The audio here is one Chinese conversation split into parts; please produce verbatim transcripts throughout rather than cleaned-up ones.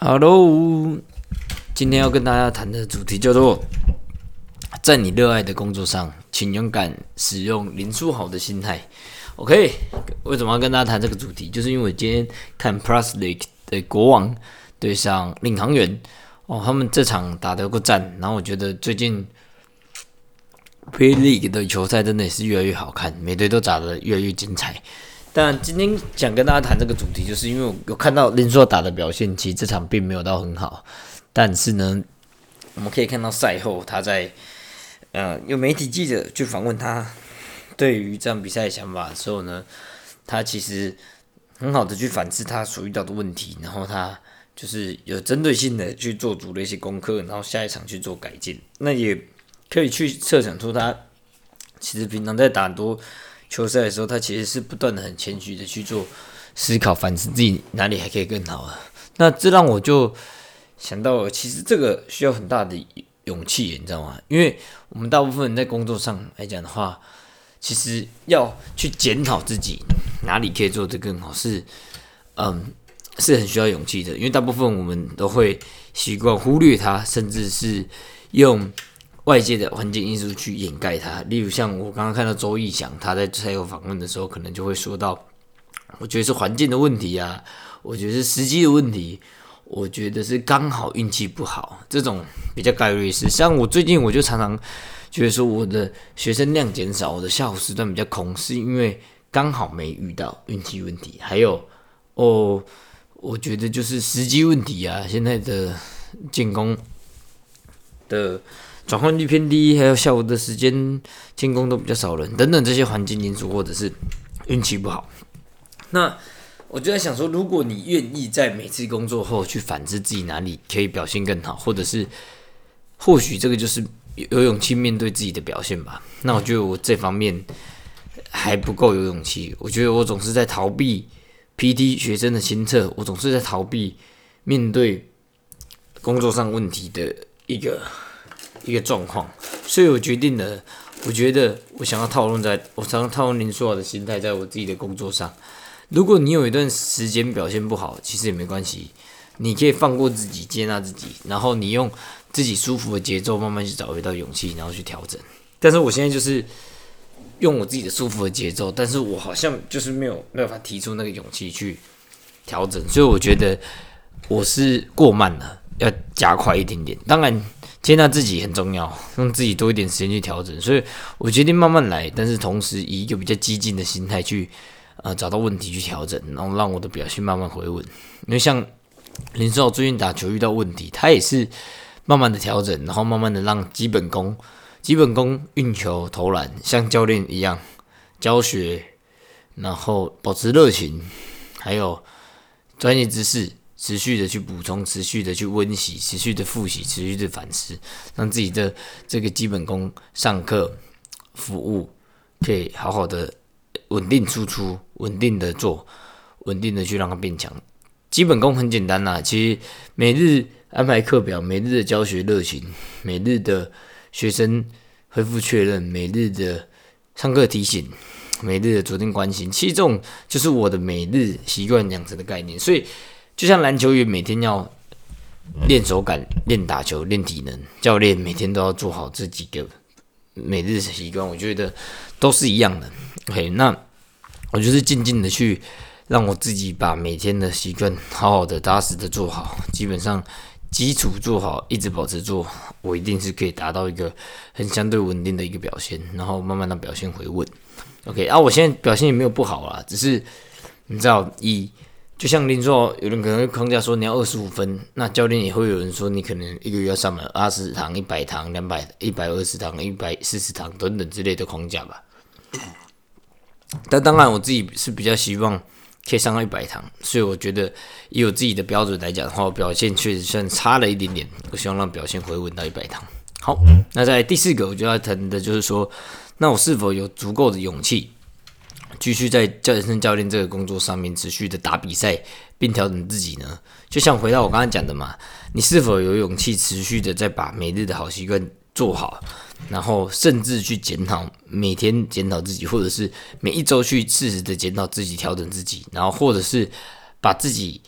Hello，今天要跟大家谈的主题叫做在你热爱的工作上，请勇敢使用林书豪的心态。OK， 为什么要跟大家谈这个主题？就是因为我今天看 Plus League 的国王对上领航员，哦，他们这场打得有够赞，然后我觉得最近 P League 的球赛真的也是越来越好看，每队都打得越来越精彩。但今天想跟大家谈这个主题，就是因为我有看到林书豪打的表现，其实这场并没有到很好，但是呢，我们可以看到赛后他在呃有媒体记者去访问他对于这场比赛的想法的时候呢，他其实很好的去反思他所遇到的问题，然后他就是有针对性的去做足了一些功课，然后下一场去做改进。那也可以去设想出他其实平常在打很多球赛的时候，他其实是不断的很谦虚的去做思考，反思自己哪里还可以更好的。那这让我就想到了，其实这个需要很大的勇气，你知道吗？因为我们大部分人在工作上来讲的话，其实要去检讨自己哪里可以做得更好，是嗯是很需要勇气的。因为大部分我们都会习惯忽略它，甚至是用外界的环境因素去掩盖它。例如像我刚刚看到周逸翔，他在赛后访问的时候，可能就会说到，我觉得是环境的问题啊，我觉得是时机的问题，我觉得是刚好运气不好，这种比较概率是。像我最近我就常常觉得说，我的学生量减少，我的下午时段比较空，是因为刚好没遇到运气问题，还有哦，我觉得就是时机问题啊，现在的进攻的转换率偏低，还有下午的时间进攻都比较少人，等等这些环境因素，或者是运气不好。那我就在想说，如果你愿意在每次工作后去反思自己哪里可以表现更好，或者是或许这个就是有勇气面对自己的表现吧。那我觉得我这方面还不够有勇气，我觉得我总是在逃避 P T 学生的心测，我总是在逃避面对工作上问题的一个一个状况，所以我决定了，我觉得我想要套用在，我想要套用林书豪的心态，在我自己的工作上。如果你有一段时间表现不好，其实也没关系，你可以放过自己，接纳自己，然后你用自己舒服的节奏，慢慢去找回到勇气，然后去调整。但是我现在就是用我自己的舒服的节奏，但是我好像就是没有没有办法提出那个勇气去调整，所以我觉得我是过慢了，要加快一点点。当然，接纳自己很重要，让自己多一点时间去调整。所以我决定慢慢来，但是同时以一个比较激进的心态去呃找到问题去调整，然后让我的表现慢慢回稳。因为像林书豪最近打球遇到问题，他也是慢慢的调整，然后慢慢的让基本功、基本功、运球、投篮，像教练一样教学，然后保持热情，还有专业知识。持续的去补充，持续的去温习，持续的复习，持续的反思，让自己的这个基本功上课服务可以好好的稳定输出，稳定的做，稳定的去让它变强。基本功很简单啦，其实每日安排课表，每日的教学热情，每日的学生恢复确认，每日的上课提醒，每日的昨天关心，其实这种就是我的每日习惯养成的概念，所以。就像篮球员每天要练手感、练打球、练体能，教练每天都要做好这几个每日的习惯，我觉得都是一样的。OK， 那我就是静静的去让我自己把每天的习惯好好的、扎实的做好，基本上基础做好，一直保持做，我一定是可以达到一个很相对稳定的一个表现，然后慢慢的表现回稳。OK， 啊，我现在表现也没有不好啦，只是你知道以。就像林书豪，有人可能会框架说你要二十五分，那教练也会有人说你可能一个月要上满二十堂、一百堂、两百、一百二十堂、一百四十堂等等之类的框架吧。但当然，我自己是比较希望可以上到一百堂，所以我觉得以我自己的标准来讲的话，我表现确实算差了一点点。我希望让表现回稳到一百堂。好，那在第四个我就要谈的就是说，那我是否有足够的勇气？继续在人生教练这个工作上面持续的打比赛，并调整自己呢？就像回到我刚才讲的嘛，你是否有勇气持续的在把每日的好习惯做好，然后甚至去检讨，每天检讨自己，或者是每一周去适时的检讨自己，调整自己，然后或者是把自己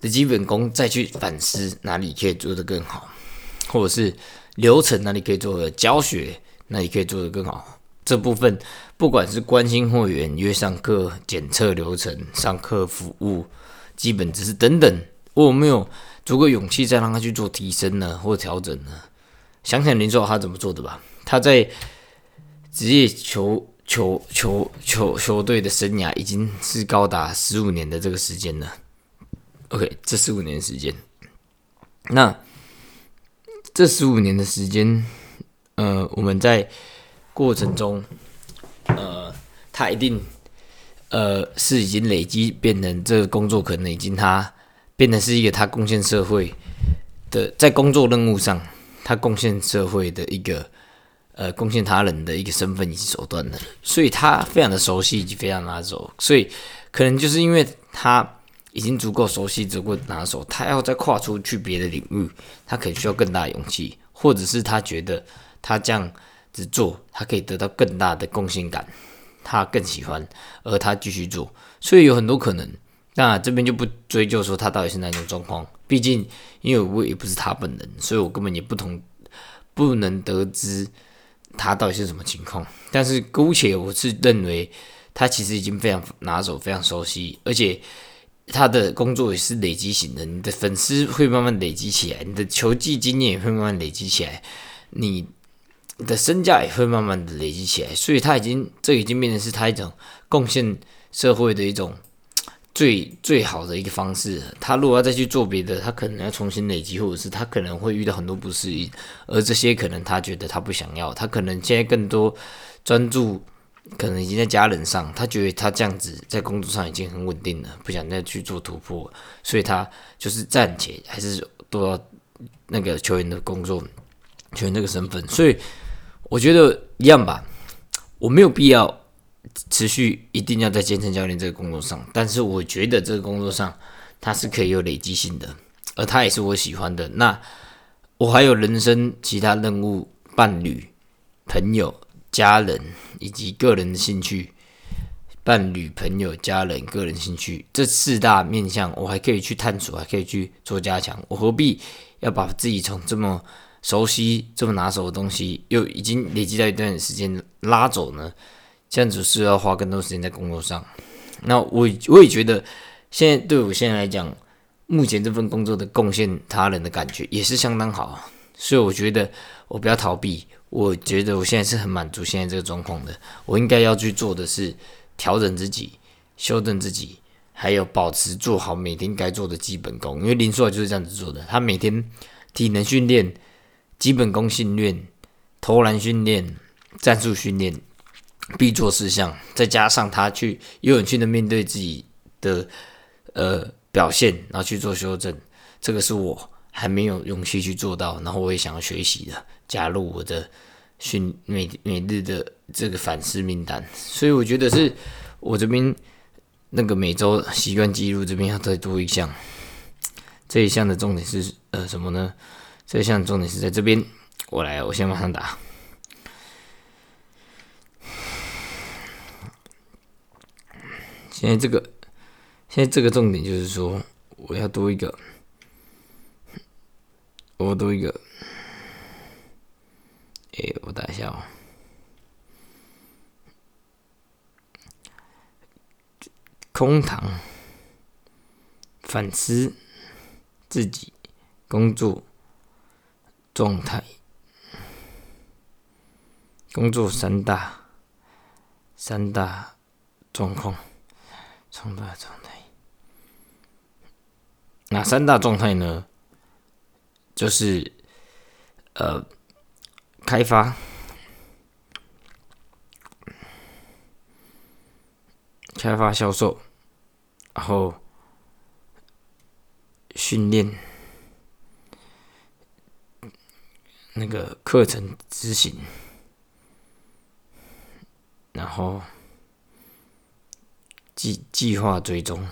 的基本功，再去反思哪里可以做得更好，或者是流程哪里可以做的，教学哪里可以做得更好。这部分不管是关心会员、约上课、检测流程、上课服务、基本知识等等，我有没有足够勇气再让他去做提升呢，或调整呢？想想林书豪他怎么做的吧。他在职业球球球球球队的生涯已经是高达十五年的这个时间了。OK， 这十五年的时间，那这十五年的时间，呃，我们在过程中，呃，他一定，呃，是已经累积变成这个工作，可能已经他变成是一个他贡献社会的，在工作任务上，他贡献社会的一个，呃，贡献他人的一个身份以及手段的，所以他非常的熟悉以及非常拿手，所以可能就是因为他已经足够熟悉、足够拿手，他要再跨出去别的领域，他可能需要更大的勇气，或者是他觉得他这样子做，他可以得到更大的贡献感，他更喜欢，而他继续做，所以有很多可能。那这边就不追究说他到底是哪种状况，毕竟因为我也不是他本人，所以我根本也不同不能得知他到底是什么情况。但是姑且我是认为他其实已经非常拿手、非常熟悉，而且他的工作也是累积型的，你的粉丝会慢慢累积起来，你的球技经验也会慢慢累积起来，你的身价也会慢慢的累积起来，所以他已经这已经变成是他一种贡献社会的一种最最好的一个方式。他如果要再去做别的，他可能要重新累积，或者是他可能会遇到很多不适应，而这些可能他觉得他不想要，他可能现在更多专注，可能已经在家人上，他觉得他这样子在工作上已经很稳定了，不想再去做突破，所以他就是暂且还是做到那个球员的工作，球员这个身份，所以。我觉得一样吧，我没有必要持续一定要在健身教练这个工作上，但是我觉得这个工作上它是可以有累积性的，而它也是我喜欢的。那我还有人生其他任务、伴侣、朋友、家人以及个人的兴趣，伴侣、朋友、家人、个人兴趣这四大面向，我还可以去探索，还可以去做加强。我何必要把自己从这么熟悉这么拿手的东西，又已经累积到一段时间拉走呢？这样子是要花更多时间在工作上。那我我也觉得，现在对我现在来讲，目前这份工作的贡献他人的感觉也是相当好，所以我觉得我不要逃避。我觉得我现在是很满足现在这个状况的。我应该要去做的是调整自己、修正自己，还有保持做好每天该做的基本功。因为林书豪就是这样子做的，他每天体能训练。基本功训练、投篮训练、战术训练必做事项，再加上他去有勇气的面对自己的呃表现，然后去做修正，这个是我还没有勇气去做到，然后我也想要学习的，加入我的训每每日的这个反思名单。所以我觉得是我这边那个每周习惯记录这边要再多一项，这一项的重点是呃什么呢？这一项重点是在这边，我来，我先马上打。现在这个，现在这个重点就是说，我要多一个，我要多一个，哎、欸，我打一下哦。空堂，反思自己工作。状态，工作三大三大状况，三大状态。哪三大状态呢？就是呃，开发、开发销售，然后训练。那个课程执行，然后计计划追踪，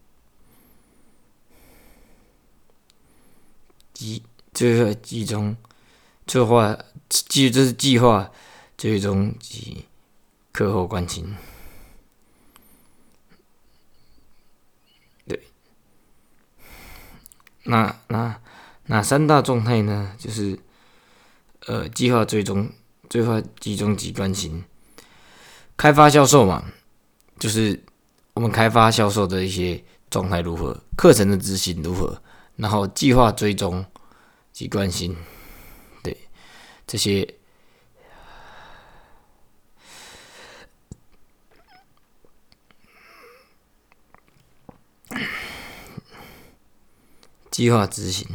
计这个集中策划计这是计划追踪及课后关心。对， 那那哪三大状态呢？就是呃，计划追踪、计划集中及关心、开发销售嘛，就是我们开发销售的一些状态如何，课程的执行如何，然后计划追踪及关心，对这些。计划执行，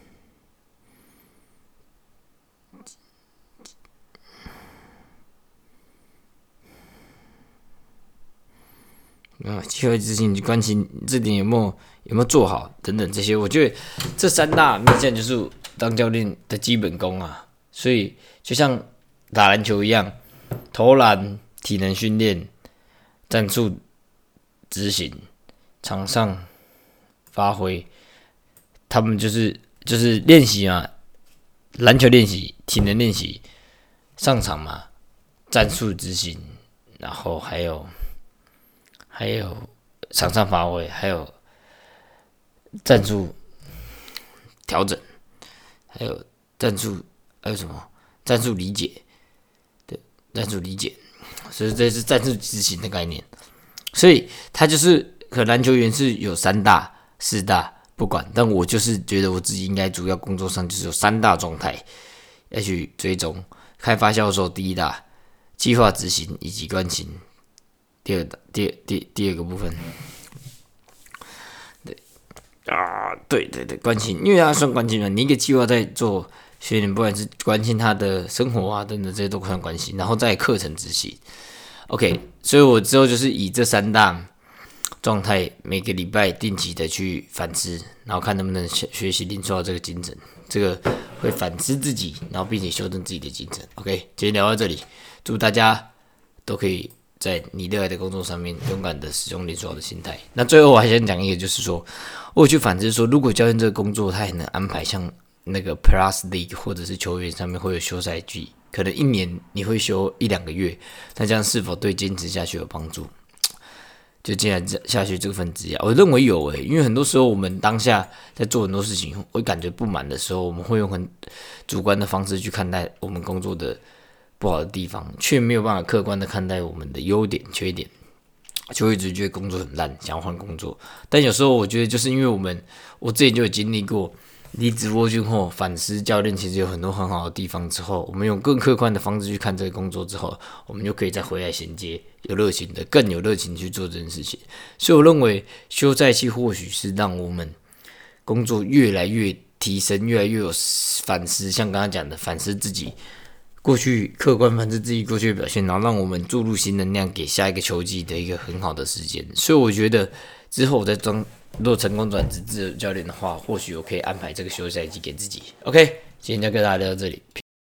啊，计划执行及关心这点有没有有没有做好等等这些，我觉得这三大面向就是当教练的基本功啊。所以就像打篮球一样，投篮、体能训练、战术执行、场上发挥。他们就是就是练习嘛，篮球练习、体能练习、上场嘛，战术执行，然后还有还有场上发挥，还有战术调整，还有战术还有什么战术理解，对，战术理解，所以这是战术执行的概念。所以他就是可篮球员是有三大、四大。不管，但我就是觉得我自己应该主要工作上就是有三大状态要去追踪：开发销售第一大，计划执行以及关心第二大第第第二个部分。对啊，对对对，关心，因为他算关心嘛，你一个计划在做学员，不管是关心他的生活啊等等这些都算关心，然后再课程执行。OK， 所以我之后就是以这三大状态每个礼拜定期的去反思，然后看能不能学习领受到这个精神，这个会反思自己，然后并且修正自己的精神。OK， 今天聊到这里，祝大家都可以在你热爱的工作上面勇敢的使用领受好的心态。那最后我还想讲一个，就是说，我有去反思说，如果教练这个工作他也能安排像那个 Plus League 或者是球员上面会有休赛季，可能一年你会休一两个月，那这样是否对坚持下去有帮助？就接下去这份职业，我认为有诶、欸，因为很多时候我们当下在做很多事情，会感觉不满的时候，我们会用很主观的方式去看待我们工作的不好的地方，却没有办法客观的看待我们的优点、缺点，就会一直觉得工作很烂，想要换工作。但有时候我觉得，就是因为我们，我之前就有经历过离职窝军后反思教练其实有很多很好的地方之后，我们用更客观的方式去看这个工作之后，我们就可以再回来衔接，有热情的，更有热情去做这件事情。所以我认为休赛期或许是让我们工作越来越提升，越来越有反思，像刚刚讲的反思自己过去，客观反思自己过去的表现，然后让我们注入新能量给下一个球季的一个很好的时间。所以我觉得之后我再装。如果成功转职自由教练的话，或许我可以安排这个休赛季给自己。OK， 今天就跟大家聊到这里。